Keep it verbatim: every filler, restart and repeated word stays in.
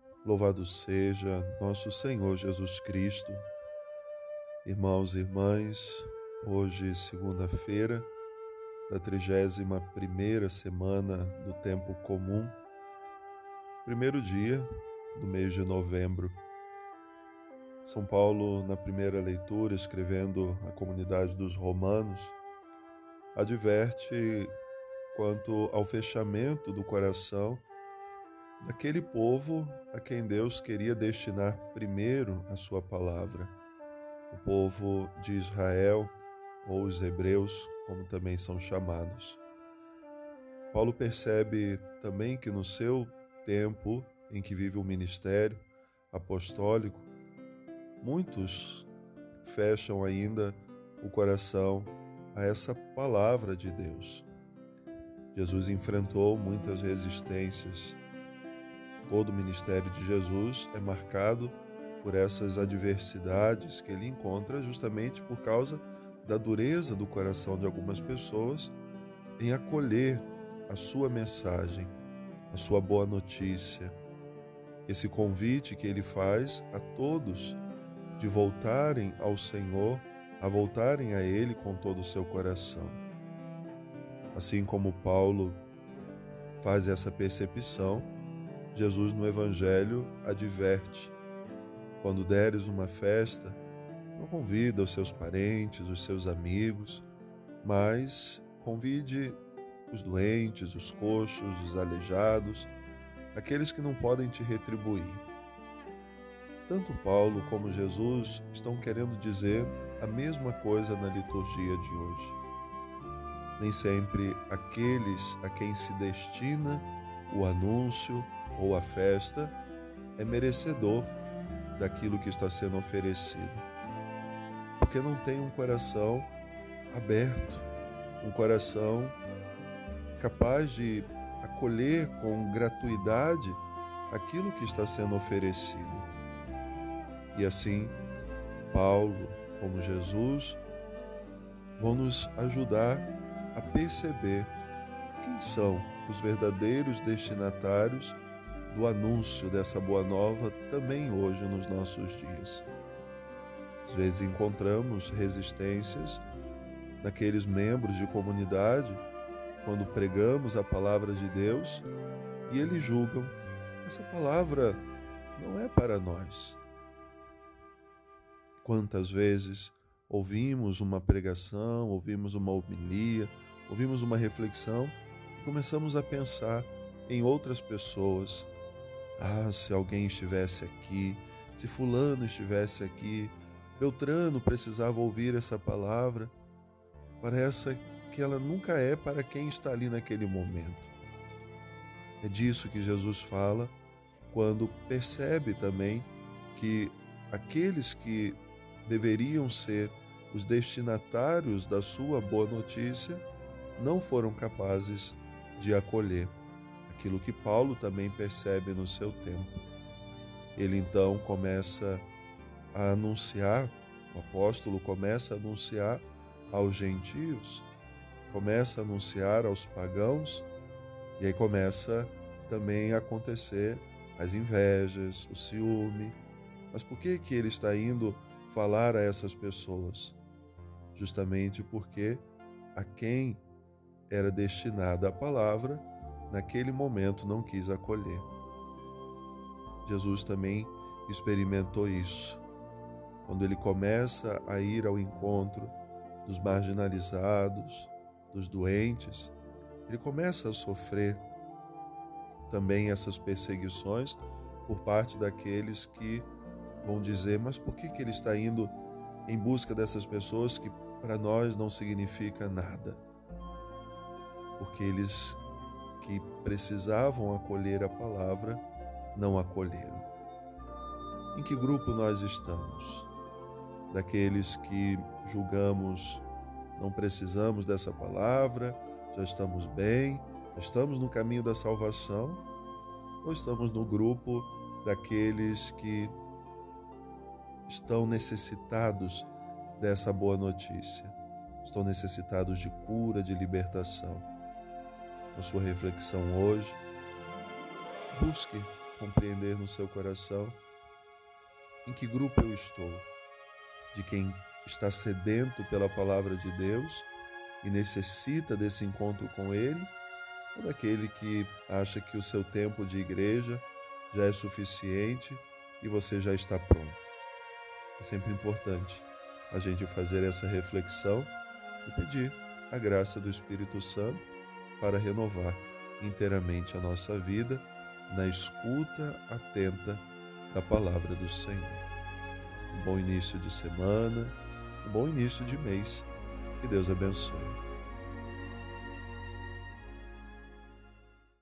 Louvado seja nosso Senhor Jesus Cristo. Irmãos e irmãs, hoje, segunda-feira, da trigésima primeira semana do tempo comum, primeiro dia do mês de novembro. São Paulo, na primeira leitura, escrevendo à comunidade dos romanos, adverte quanto ao fechamento do coração daquele povo a quem Deus queria destinar primeiro a sua palavra, o povo de Israel, ou os hebreus, como também são chamados. Paulo percebe também que no seu tempo em que vive o ministério apostólico, muitos fecham ainda o coração a essa palavra de Deus. Jesus enfrentou muitas resistências. Todo o ministério de Jesus é marcado por essas adversidades que ele encontra justamente por causa da dureza do coração de algumas pessoas em acolher a sua mensagem, a sua boa notícia, esse convite que ele faz a todos de voltarem ao Senhor, a voltarem a Ele com todo o seu coração. Assim como Paulo faz essa percepção, Jesus no Evangelho adverte: quando deres uma festa, não convida os seus parentes, os seus amigos, mas convide os doentes, os coxos, os aleijados, aqueles que não podem te retribuir. Tanto Paulo como Jesus estão querendo dizer a mesma coisa na liturgia de hoje. Nem sempre aqueles a quem se destina o anúncio ou a festa é merecedor daquilo que está sendo oferecido, porque não tem um coração aberto, um coração capaz de acolher com gratuidade aquilo que está sendo oferecido. E assim, Paulo, como Jesus, vão nos ajudar a perceber quem são os verdadeiros destinatários do anúncio dessa boa nova também hoje nos nossos dias. Às vezes encontramos resistências naqueles membros de comunidade quando pregamos a palavra de Deus e eles julgam: essa palavra não é para nós. Quantas vezes ouvimos uma pregação, ouvimos uma homilia, ouvimos uma reflexão e começamos a pensar em outras pessoas. Ah, se alguém estivesse aqui, se fulano estivesse aqui, Beltrano precisava ouvir essa palavra. Parece que ela nunca é para quem está ali naquele momento. É disso que Jesus fala quando percebe também que aqueles que deveriam ser os destinatários da sua boa notícia não foram capazes de acolher. Aquilo que Paulo também percebe no seu tempo. Ele então começa a anunciar, o apóstolo começa a anunciar aos gentios, começa a anunciar aos pagãos, e aí começa também a acontecer as invejas, o ciúme. Mas por que que ele está indo falar a essas pessoas? Justamente porque a quem era destinada a palavra naquele momento não quis acolher. Jesus também experimentou isso. Quando ele começa a ir ao encontro dos marginalizados, dos doentes, ele começa a sofrer também essas perseguições por parte daqueles que vão dizer: mas por que que ele está indo em busca dessas pessoas que para nós não significa nada? Porque eles que precisavam acolher a palavra, não acolheram. Em que grupo nós estamos? Daqueles que julgamos não precisamos dessa palavra, já estamos bem, já estamos no caminho da salvação? Ou estamos no grupo daqueles que estão necessitados dessa boa notícia, estão necessitados de cura, de libertação? Na sua reflexão hoje, busque compreender no seu coração em que grupo eu estou, de quem está sedento pela palavra de Deus e necessita desse encontro com Ele, ou daquele que acha que o seu tempo de igreja já é suficiente e você já está pronto. É sempre importante a gente fazer essa reflexão e pedir a graça do Espírito Santo para renovar inteiramente a nossa vida na escuta atenta da palavra do Senhor. Um bom início de semana, um bom início de mês. Que Deus abençoe.